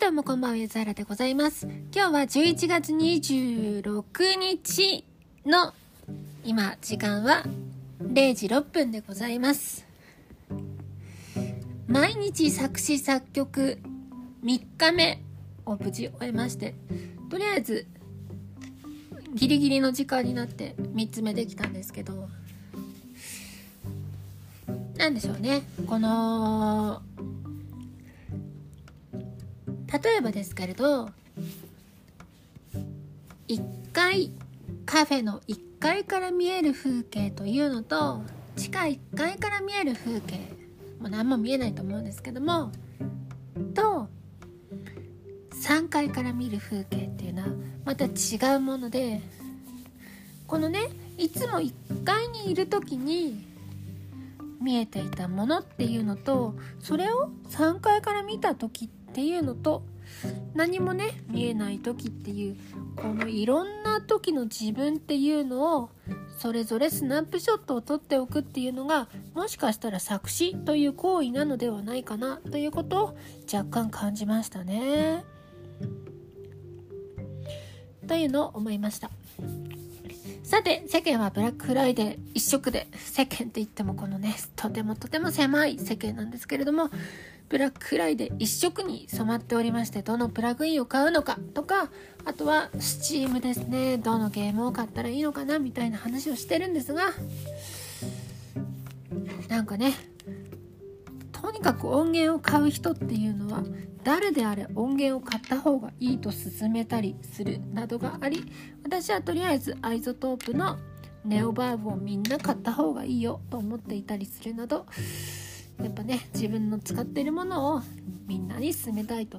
どうもこんばんは、ゆずはらでございます。今日は11月26日の今時間は0時6分でございます。毎日作詞作曲3日目を無事終えまして、とりあえずギリギリの時間になって3つ目できたんですけど、なんでしょうね、この例えばですけれど、1階カフェの1階から見える風景というのと、地下1階から見える風景もう何も見えないと思うんですけども、と3階から見る風景っていうのはまた違うもので、このね、いつも1階にいる時に見えていたものっていうのと、それを3階から見た時っていうのと、何もね見えない時っていう、このいろんな時の自分っていうのをそれぞれスナップショットを撮っておくっていうのが、もしかしたら作詞という行為なのではないかなということを若干感じましたね、というのを思いました。さて、世間はブラックフライデー一色で、世間って言ってもこのね、とても狭い世間なんですけれども、ブラックフライデー一色に染まっておりまして、どのプラグインを買うのかとか、あとはスチームですね、どのゲームを買ったらいいのかなみたいな話をしてるんですが、なんかね、とにかく音源を買う人っていうのは誰であれ音源を買った方がいいと勧めたりするなどがあり、私はとりあえずアイゾトープのネオバーブをみんな買った方がいいよと思っていたりするなど、やっぱね、自分の使っているものをみんなに勧めたいと。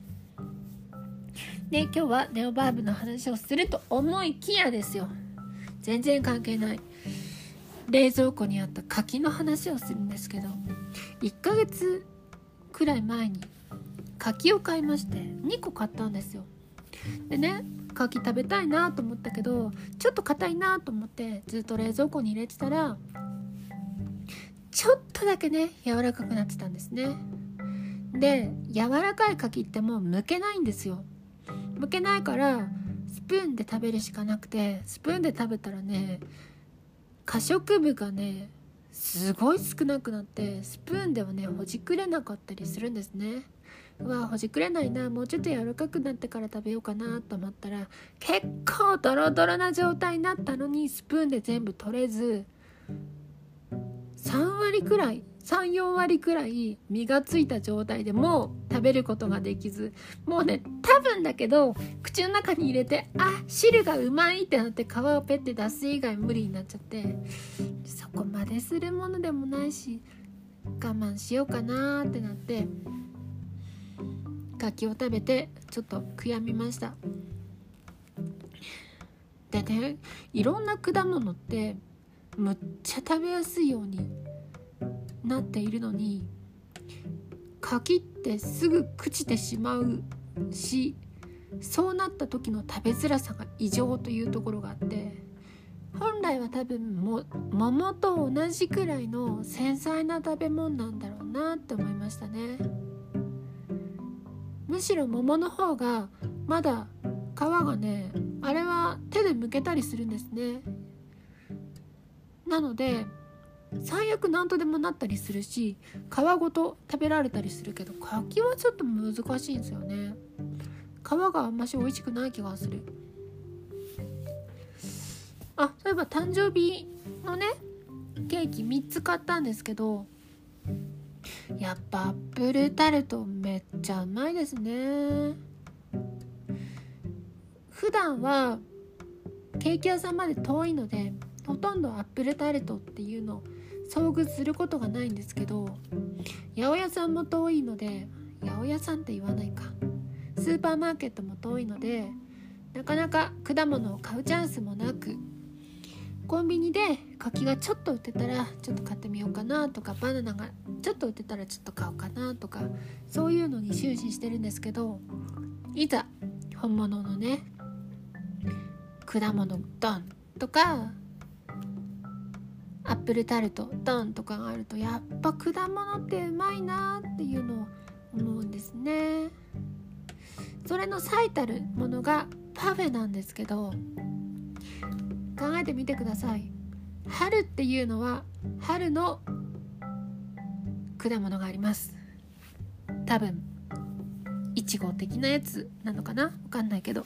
で、今日はネオバーブの話をすると思いきやですよ、全然関係ない冷蔵庫にあった柿の話をするんですけど、1ヶ月くらい前に柿を買いまして、2個買ったんですよ。でね、柿食べたいなと思ったけど、ちょっと硬いなと思ってずっと冷蔵庫に入れてたら、ちょっとだけね柔らかくなってたんですね。で、柔らかい柿ってもう剥けないんですよ。剥けないからスプーンで食べるしかなくて、スプーンで食べたらね、可食部がねすごい少なくなって、スプーンではねほじくれなかったりするんですね。ほじくれないな、もうちょっと柔らかくなってから食べようかなと思ったら、結構ドロドロな状態になったのに、スプーンで全部取れず、3割くらい3、4割くらい実がついた状態でもう食べることができず、もうね、多分だけど口の中に入れて、汁がうまいってなって皮をペッて出す以外無理になっちゃって、そこまでするものでもないし我慢しようかなってなって、柿を食べてちょっと悔やみました。でね、いろんな果物ってむっちゃ食べやすいようになっているのに、柿ってすぐ朽ちてしまうし、そうなった時の食べづらさが異常というところがあって、本来は多分桃と同じくらいの繊細な食べ物なんだろうなって思いましたね。むしろ桃の方がまだ皮がね、あれは手で剥けたりするんですね。なので最悪何とでもなったりするし、皮ごと食べられたりするけど、柿はちょっと難しいんですよね。皮があんまし美味しくない気がする。そういえば誕生日のねケーキ3つ買ったんですけど、やっぱアップルタルトめっちゃうまいですね。普段はケーキ屋さんまで遠いので、ほとんどアップルタルトっていうのを遭遇することがないんですけど、八百屋さんも遠いので、八百屋さんって言わないか、スーパーマーケットも遠いので、なかなか果物を買うチャンスもなく、コンビニで柿がちょっと売ってたらちょっと買ってみようかなとか、バナナがちょっと売ってたらちょっと買おうかなとか、そういうのに終始してるんですけど、いざ本物のね果物ドンとかアップルタルトドンとかがあると、やっぱ果物ってうまいなっていうのを思うんですね。 それの最たるものがパフェなんですけど、考えてみてください。春っていうのは春の果物があります。多分いちご的なやつなのかな、わかんないけど。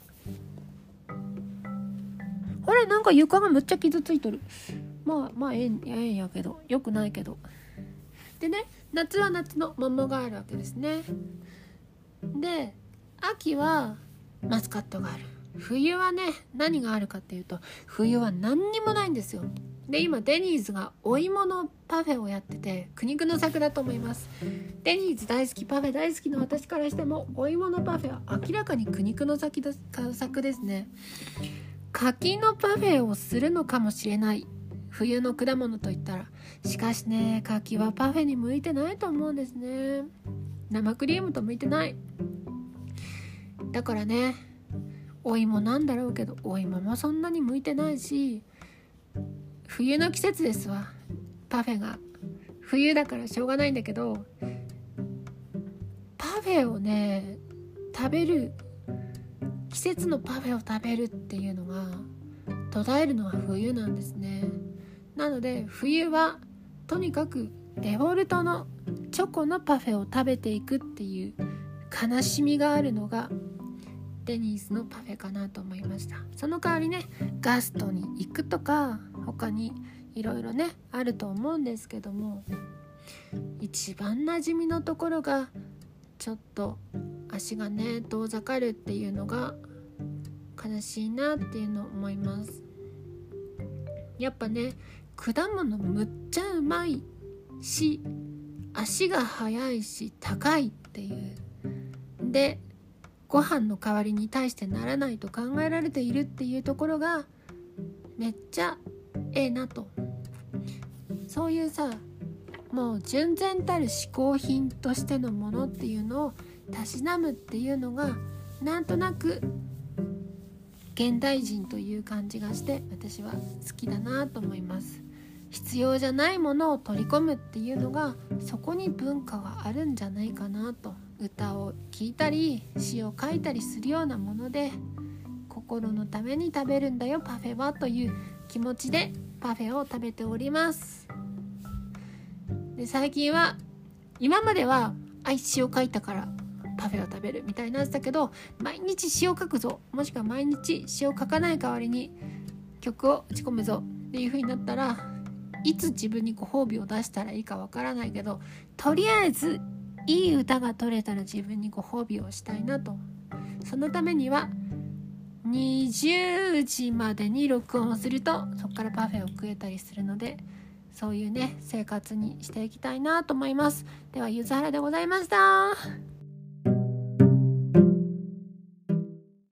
あれ、なんか床がむっちゃ傷ついとる。まあええんやけど、よくないけど。でね、夏は夏の桃があるわけですね。で、秋はマスカットがある。冬はね、何があるかっていうと、冬は何にもないんですよ。で、今デニーズがお芋のパフェをやってて、苦肉の策だと思います。デニーズ大好き、パフェ大好きの私からしても、お芋のパフェは明らかに苦肉の策ですね。柿のパフェをするのかもしれない、冬の果物といったら。しかしね、柿はパフェに向いてないと思うんですね。生クリームと向いてない。だからね、お芋なんだろうけど、お芋もそんなに向いてないし、冬の季節ですわ。パフェが冬だからしょうがないんだけど、パフェをね食べる、季節のパフェを食べるっていうのが途絶えるのは冬なんですね。なので冬はとにかくデフォルトのチョコのパフェを食べていくっていう悲しみがあるのがデニーズのパフェかなと思いました。その代わりね、ガストに行くとか他にいろいろねあると思うんですけども、一番馴染みのところがちょっと足がね遠ざかるっていうのが悲しいなっていうのを思います。やっぱね、果物むっちゃうまいし、足が速いし高いっていうで、ご飯の代わりに対してならないと考えられているっていうところがめっちゃええなと。そういうさ、もう純然たる嗜好品としてのものっていうのをたしなむっていうのがなんとなく現代人という感じがして私は好きだなと思います。必要じゃないものを取り込むっていうのが、そこに文化があるんじゃないかなと。歌を聴いたり詩を書いたりするようなもので、心のために食べるんだよパフェはという気持ちでパフェを食べております。で、最近は、今までは詩を書いたからパフェを食べるみたいなやつだけど、毎日詩を書くぞ、もしくは毎日詩を書かない代わりに曲を打ち込むぞっていう風になったら、いつ自分にご褒美を出したらいいかわからないけど、とりあえずいい歌が取れたら自分にご褒美をしたいなと。そのためには20時までに録音をするとそこからパフェを食えたりするので、そういうね生活にしていきたいなと思います。では、ゆずはらでございました。